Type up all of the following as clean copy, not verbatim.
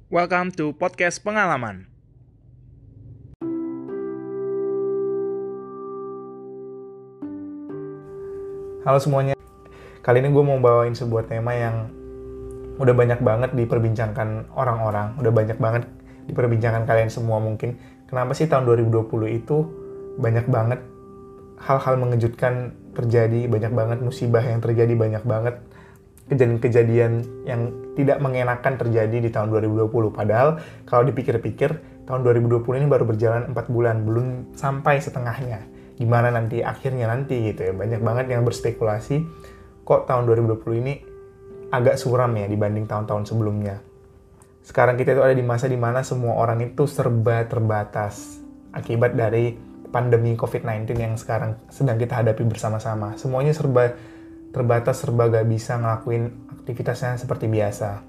Welcome to Podcast Pengalaman. Halo semuanya, kali ini gue mau bawain sebuah tema yang udah banyak banget diperbincangkan orang-orang, udah banyak banget diperbincangkan kalian semua mungkin. Kenapa sih tahun 2020 itu banyak banget hal-hal mengejutkan terjadi, banyak banget musibah yang terjadi, banyak banget kejadian-kejadian yang tidak mengenakan terjadi di tahun 2020. Padahal kalau dipikir-pikir, tahun 2020 ini baru berjalan 4 bulan, belum sampai setengahnya. Gimana nanti akhirnya nanti gitu ya. Banyak banget yang berspekulasi kok tahun 2020 ini agak suram ya dibanding tahun-tahun sebelumnya. Sekarang kita itu ada di masa dimana semua orang itu serba terbatas akibat dari pandemi COVID-19 yang sekarang sedang kita hadapi bersama-sama. Semuanya serba terbatas, serba gak bisa ngelakuin aktivitasnya seperti biasa.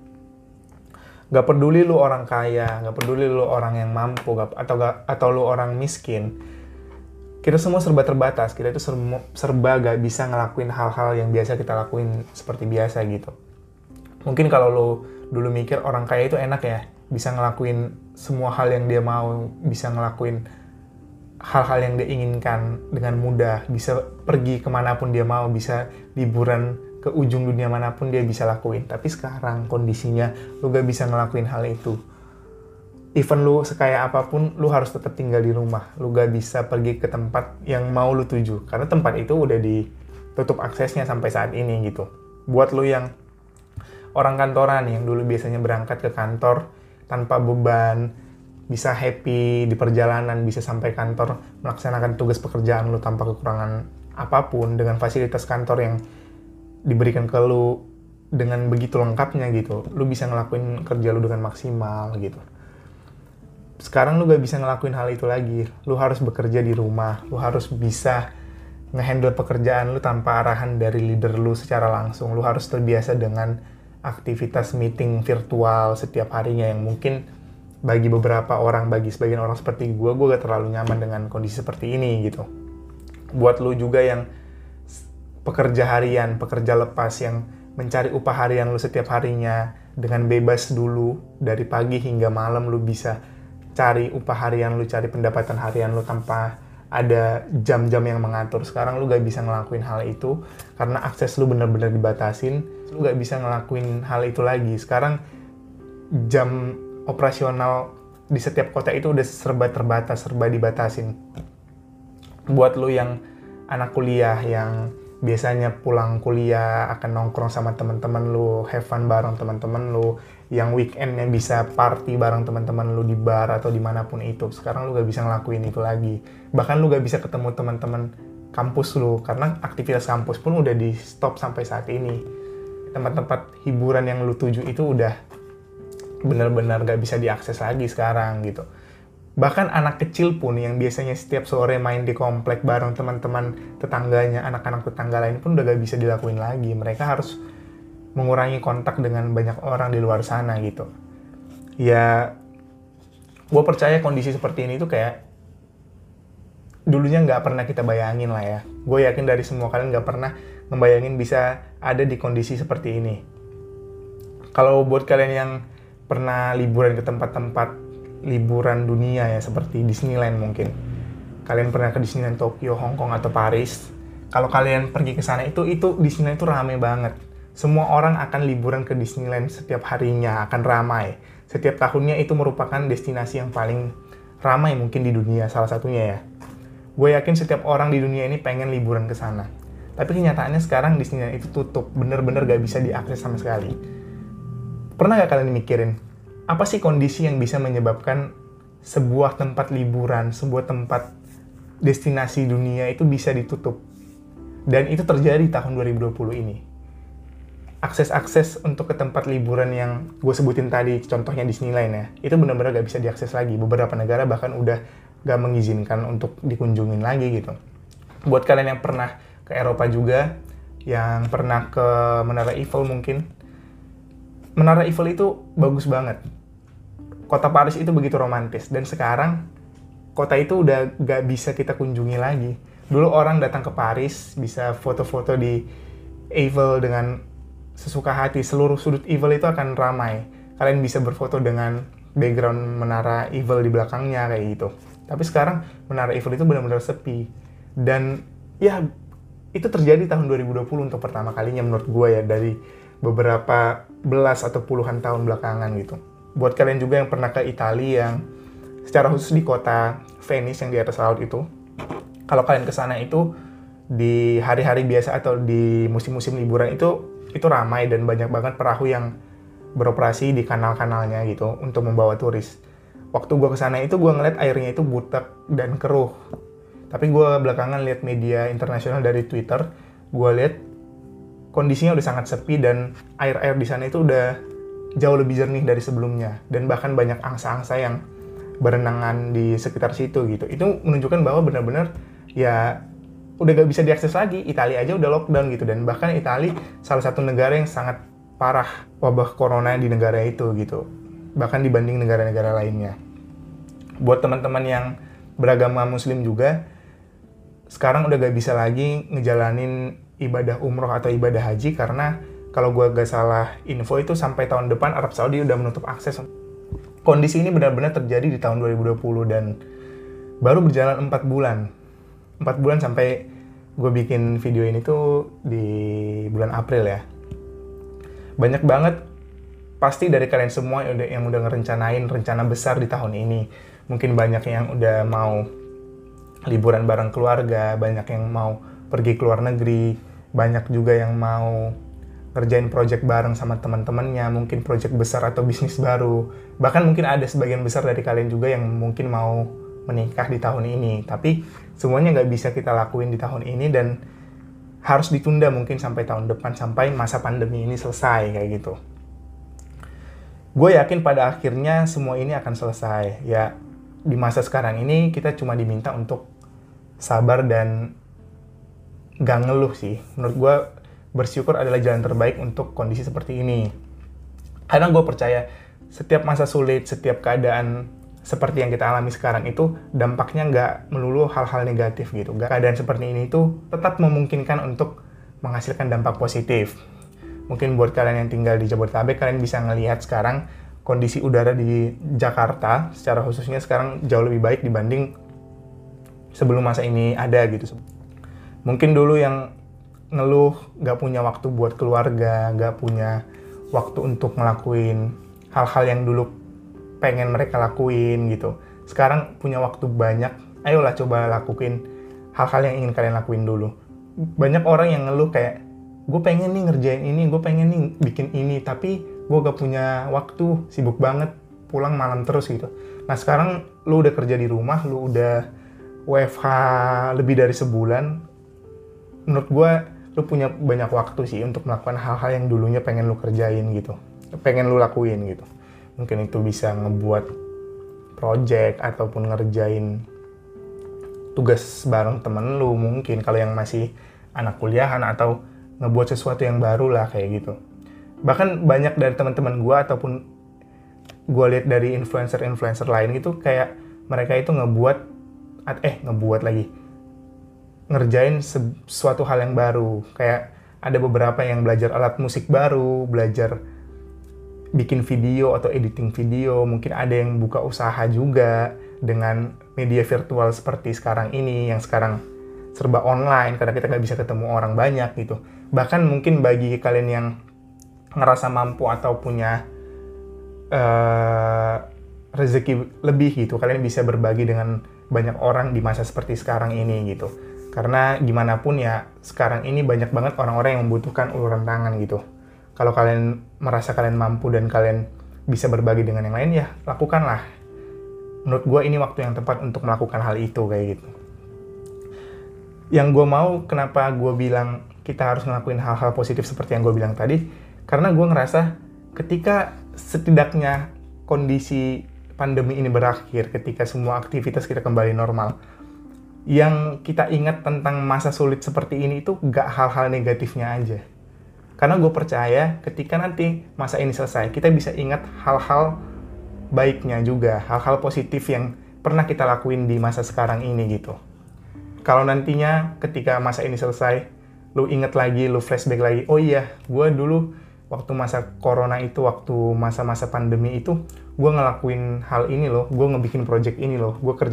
Gak peduli lu orang kaya, gak peduli lu orang yang mampu, atau lu orang miskin. Kita semua serba terbatas, kita itu serba gak bisa ngelakuin hal-hal yang biasa kita lakuin seperti biasa gitu. Mungkin kalau lu dulu mikir orang kaya itu enak ya, bisa ngelakuin semua hal yang dia mau, bisa ngelakuin hal-hal yang dia inginkan dengan mudah, bisa pergi kemanapun dia mau, bisa liburan ke ujung dunia manapun dia bisa lakuin. Tapi sekarang kondisinya lu gak bisa ngelakuin hal itu. Even lu sekaya apapun, lu harus tetap tinggal di rumah. Lu gak bisa pergi ke tempat yang mau lu tuju, karena tempat itu udah ditutup aksesnya sampai saat ini gitu. Buat lu yang orang kantoran yang dulu biasanya berangkat ke kantor tanpa beban, bisa happy di perjalanan, bisa sampai kantor melaksanakan tugas pekerjaan lu tanpa kekurangan apapun, dengan fasilitas kantor yang diberikan ke lu dengan begitu lengkapnya gitu, lu bisa ngelakuin kerja lu dengan maksimal gitu. Sekarang lu gak bisa ngelakuin hal itu lagi, lu harus bekerja di rumah, lu harus bisa ngehandle pekerjaan lu tanpa arahan dari leader lu secara langsung, lu harus terbiasa dengan aktivitas meeting virtual setiap harinya yang mungkin bagi beberapa orang, bagi sebagian orang seperti gue gak terlalu nyaman dengan kondisi seperti ini gitu. Buat lu juga yang pekerja harian, pekerja lepas yang mencari upah harian lu setiap harinya dengan bebas dulu, dari pagi hingga malam lu bisa cari upah harian lu, cari pendapatan harian lu tanpa ada jam-jam yang mengatur. Sekarang lu gak bisa ngelakuin hal itu karena akses lu benar-benar dibatasin, lu gak bisa ngelakuin hal itu lagi. Sekarang jam operasional di setiap kota itu udah serba terbatas, serba dibatasin. Buat lu yang anak kuliah yang biasanya pulang kuliah akan nongkrong sama teman-teman lu, have fun bareng teman-teman lu, yang weekendnya bisa party bareng teman-teman lu di bar atau dimanapun itu, sekarang lu gak bisa ngelakuin itu lagi. Bahkan lu gak bisa ketemu teman-teman kampus lu karena aktivitas kampus pun udah di stop sampai saat ini. Tempat-tempat hiburan yang lu tuju itu udah benar-benar gak bisa diakses lagi sekarang gitu. Bahkan anak kecil pun yang biasanya setiap sore main di komplek bareng teman-teman tetangganya, anak-anak tetangga lain pun udah gak bisa dilakuin lagi. Mereka harus mengurangi kontak dengan banyak orang di luar sana gitu. Ya, gue percaya kondisi seperti ini tuh kayak dulunya gak pernah kita bayangin lah ya. Gue yakin dari semua kalian gak pernah ngebayangin bisa ada di kondisi seperti ini. Kalau buat kalian yang pernah liburan ke tempat-tempat liburan dunia ya, seperti Disneyland mungkin. Kalian pernah ke Disneyland Tokyo, Hong Kong, atau Paris. Kalau kalian pergi ke sana itu Disneyland itu ramai banget. Semua orang akan liburan ke Disneyland setiap harinya, akan ramai. Setiap tahunnya itu merupakan destinasi yang paling ramai mungkin di dunia, salah satunya ya. Gue yakin setiap orang di dunia ini pengen liburan ke sana. Tapi kenyataannya sekarang Disneyland itu tutup, bener-bener gak bisa diakses sama sekali. Pernah gak kalian mikirin, apa sih kondisi yang bisa menyebabkan sebuah tempat liburan, sebuah tempat destinasi dunia itu bisa ditutup? Dan itu terjadi tahun 2020 ini. Akses-akses untuk ke tempat liburan yang gue sebutin tadi, contohnya Disneyland ya, itu benar-benar gak bisa diakses lagi. Beberapa negara bahkan udah gak mengizinkan untuk dikunjungin lagi gitu. Buat kalian yang pernah ke Eropa juga, yang pernah ke Menara Eiffel mungkin, Menara Eiffel itu bagus banget. Kota Paris itu begitu romantis. Dan sekarang, kota itu udah gak bisa kita kunjungi lagi. Dulu orang datang ke Paris, bisa foto-foto di Eiffel dengan sesuka hati. Seluruh sudut Eiffel itu akan ramai. kalian bisa berfoto dengan background Menara Eiffel di belakangnya kayak gitu. Tapi sekarang Menara Eiffel itu benar-benar sepi. Dan ya itu terjadi tahun 2020 untuk pertama kalinya menurut gue ya, dari beberapa belas atau puluhan tahun belakangan gitu. Buat kalian juga yang pernah ke Italia, yang secara khusus di kota Venice yang di atas laut itu, kalau kalian ke sana itu di hari-hari biasa atau di musim-musim liburan itu ramai dan banyak banget perahu yang beroperasi di kanal-kanalnya gitu untuk membawa turis. Waktu gue kesana itu gue ngeliat airnya itu butek dan keruh. Tapi gue belakangan lihat media internasional dari Twitter, gue lihat kondisinya udah sangat sepi dan air-air di sana itu udah jauh lebih jernih dari sebelumnya. Dan bahkan banyak angsa-angsa yang berenangan di sekitar situ gitu. Itu menunjukkan bahwa benar-benar ya udah gak bisa diakses lagi. Italia aja udah lockdown gitu. Dan bahkan Italia salah satu negara yang sangat parah wabah corona di negara itu gitu, bahkan dibanding negara-negara lainnya. Buat teman-teman yang beragama muslim juga, sekarang udah gak bisa lagi ngejalanin ibadah umroh atau ibadah haji, karena kalau gue gak salah info itu sampai tahun depan Arab Saudi udah menutup akses. Kondisi ini benar-benar terjadi di tahun 2020 dan baru berjalan 4 bulan. 4 bulan sampai gue bikin video ini tuh di bulan April ya. Banyak banget pasti dari kalian semua yang udah ngerencanain rencana besar di tahun ini. Mungkin banyak yang udah mau liburan bareng keluarga, banyak yang mau pergi ke luar negeri, banyak juga yang mau ngerjain project bareng sama teman-temannya, mungkin project besar atau bisnis baru. Bahkan mungkin ada sebagian besar dari kalian juga yang mungkin mau menikah di tahun ini. Tapi semuanya nggak bisa kita lakuin di tahun ini dan harus ditunda mungkin sampai tahun depan, sampai masa pandemi ini selesai kayak gitu. Gue yakin pada akhirnya semua ini akan selesai. Ya, di masa sekarang ini kita cuma diminta untuk sabar dan gak ngeluh sih. Menurut gue bersyukur adalah jalan terbaik untuk kondisi seperti ini. Karena gue percaya setiap masa sulit, setiap keadaan seperti yang kita alami sekarang itu dampaknya nggak melulu hal-hal negatif gitu. Keadaan seperti ini tuh tetap memungkinkan untuk menghasilkan dampak positif. Mungkin buat kalian yang tinggal di Jabodetabek, kalian bisa ngelihat sekarang kondisi udara di Jakarta secara khususnya sekarang jauh lebih baik dibanding sebelum masa ini ada gitu. Mungkin dulu yang ngeluh nggak punya waktu buat keluarga, nggak punya waktu untuk ngelakuin hal-hal yang dulu pengen mereka lakuin gitu. Sekarang punya waktu banyak, ayolah coba lakuin hal-hal yang ingin kalian lakuin dulu. Banyak orang yang ngeluh kayak, gue pengen nih ngerjain ini, gue pengen nih bikin ini, tapi gue gak punya waktu, sibuk banget, pulang malam terus gitu. Nah sekarang lu udah kerja di rumah, lu udah WFH lebih dari sebulan, menurut gue lu punya banyak waktu sih untuk melakukan hal-hal yang dulunya pengen lu kerjain gitu, pengen lu lakuin gitu. Mungkin itu bisa ngebuat project ataupun ngerjain tugas bareng temen lu, mungkin kalau yang masih anak kuliahan, atau ngebuat sesuatu yang baru lah kayak gitu. Bahkan banyak dari teman-teman gue ataupun gue lihat dari influencer-influencer lain gitu, kayak mereka itu ngerjain sesuatu hal yang baru. Kayak ada beberapa yang belajar alat musik baru, belajar bikin video atau editing video, mungkin ada yang buka usaha juga dengan media virtual seperti sekarang ini, yang sekarang serba online karena kita nggak bisa ketemu orang banyak gitu. Bahkan mungkin bagi kalian yang ngerasa mampu atau punya rezeki lebih gitu, kalian bisa berbagi dengan banyak orang di masa seperti sekarang ini gitu. Karena gimana pun ya, sekarang ini banyak banget orang-orang yang membutuhkan uluran tangan gitu. Kalau kalian merasa kalian mampu dan kalian bisa berbagi dengan yang lain, ya lakukanlah. Menurut gue ini waktu yang tepat untuk melakukan hal itu kayak gitu. Yang gue mau, kenapa gue bilang kita harus ngelakuin hal-hal positif seperti yang gue bilang tadi, karena gue ngerasa ketika setidaknya kondisi pandemi ini berakhir, ketika semua aktivitas kita kembali normal, yang kita ingat tentang masa sulit seperti ini itu gak hal-hal negatifnya aja. Karena gue percaya ketika nanti masa ini selesai, kita bisa ingat hal-hal baiknya juga, hal-hal positif yang pernah kita lakuin di masa sekarang ini gitu. Kalau nantinya ketika masa ini selesai, lu inget lagi, lu flashback lagi, oh iya, gue dulu waktu masa corona itu, waktu masa-masa pandemi itu, gue ngelakuin hal ini loh, gue ngebikin project ini loh, gue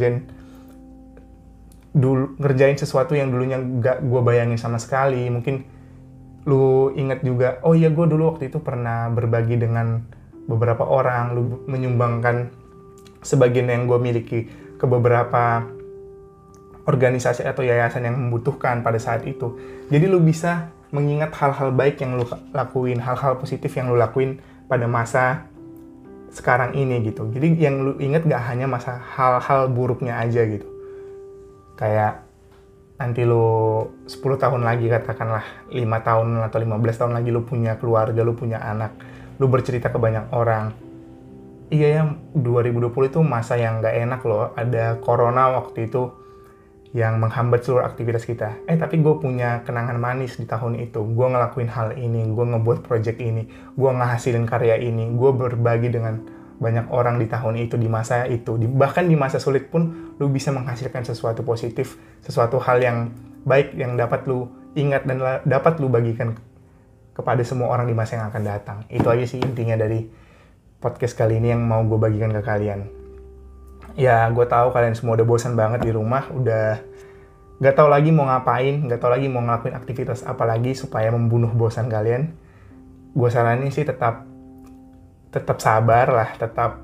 ngerjain sesuatu yang dulunya gak gue bayangin sama sekali. Mungkin lu inget juga, oh iya gue dulu waktu itu pernah berbagi dengan beberapa orang, lu menyumbangkan sebagian yang gue miliki ke beberapa organisasi atau yayasan yang membutuhkan pada saat itu. Jadi lu bisa mengingat hal-hal baik yang lu lakuin, hal-hal positif yang lu lakuin pada masa sekarang ini gitu. Jadi yang lu ingat gak hanya masa hal-hal buruknya aja gitu. Kayak nanti lu 10 tahun lagi, katakanlah 5 tahun atau 15 tahun lagi lu punya keluarga, lu punya anak, lu bercerita ke banyak orang. Iya ya, 2020 itu masa yang gak enak loh. Ada corona waktu itu yang menghambat seluruh aktivitas kita. Tapi gue punya kenangan manis di tahun itu. Gue ngelakuin hal ini, gue ngebuat project ini, gue ngehasilin karya ini, gue berbagi dengan banyak orang di tahun itu, di masa itu. Bahkan di masa sulit pun, lu bisa menghasilkan sesuatu positif, sesuatu hal yang baik yang dapat lu ingat dan dapat lu bagikan kepada semua orang di masa yang akan datang. Itu aja sih intinya dari podcast kali ini yang mau gue bagikan ke kalian. Ya, gue tahu kalian semua udah bosan banget di rumah, udah gak tahu lagi mau ngapain, gak tahu lagi mau ngelakuin aktivitas apa lagi supaya membunuh bosan kalian. Gue saranin sih tetap sabar lah, tetap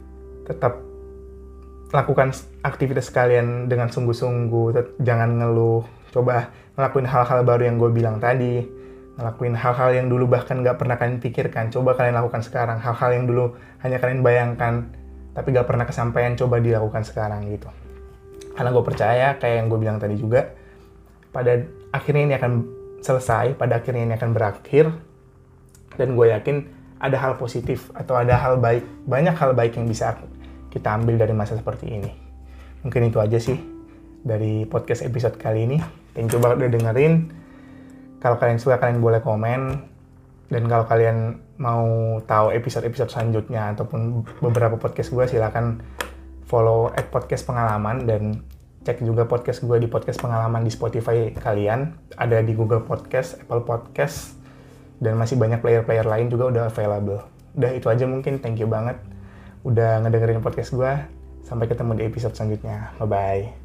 lakukan aktivitas kalian dengan sungguh-sungguh, jangan ngeluh. Coba ngelakuin hal-hal baru yang gue bilang tadi, ngelakuin hal-hal yang dulu bahkan gak pernah kalian pikirkan, coba kalian lakukan sekarang. Hal-hal yang dulu hanya kalian bayangkan tapi gak pernah kesampaian, coba dilakukan sekarang gitu. Karena gue percaya, kayak yang gue bilang tadi juga, pada akhirnya ini akan selesai, pada akhirnya ini akan berakhir, dan gue yakin ada hal positif, atau ada hal baik, banyak hal baik yang bisa kita ambil dari masa seperti ini. Mungkin itu aja sih dari podcast episode kali ini. Thank you banget udah dengerin. Kalau kalian suka, kalian boleh komen. Dan kalau kalian mau tahu episode-episode selanjutnya ataupun beberapa podcast gue, silakan follow @podcastpengalaman dan cek juga podcast gue di podcast pengalaman di Spotify kalian. Ada di Google Podcast, Apple Podcast, dan masih banyak player-player lain juga udah available. Udah itu aja mungkin, thank you banget udah ngedengerin podcast gue. Sampai ketemu di episode selanjutnya. Bye-bye.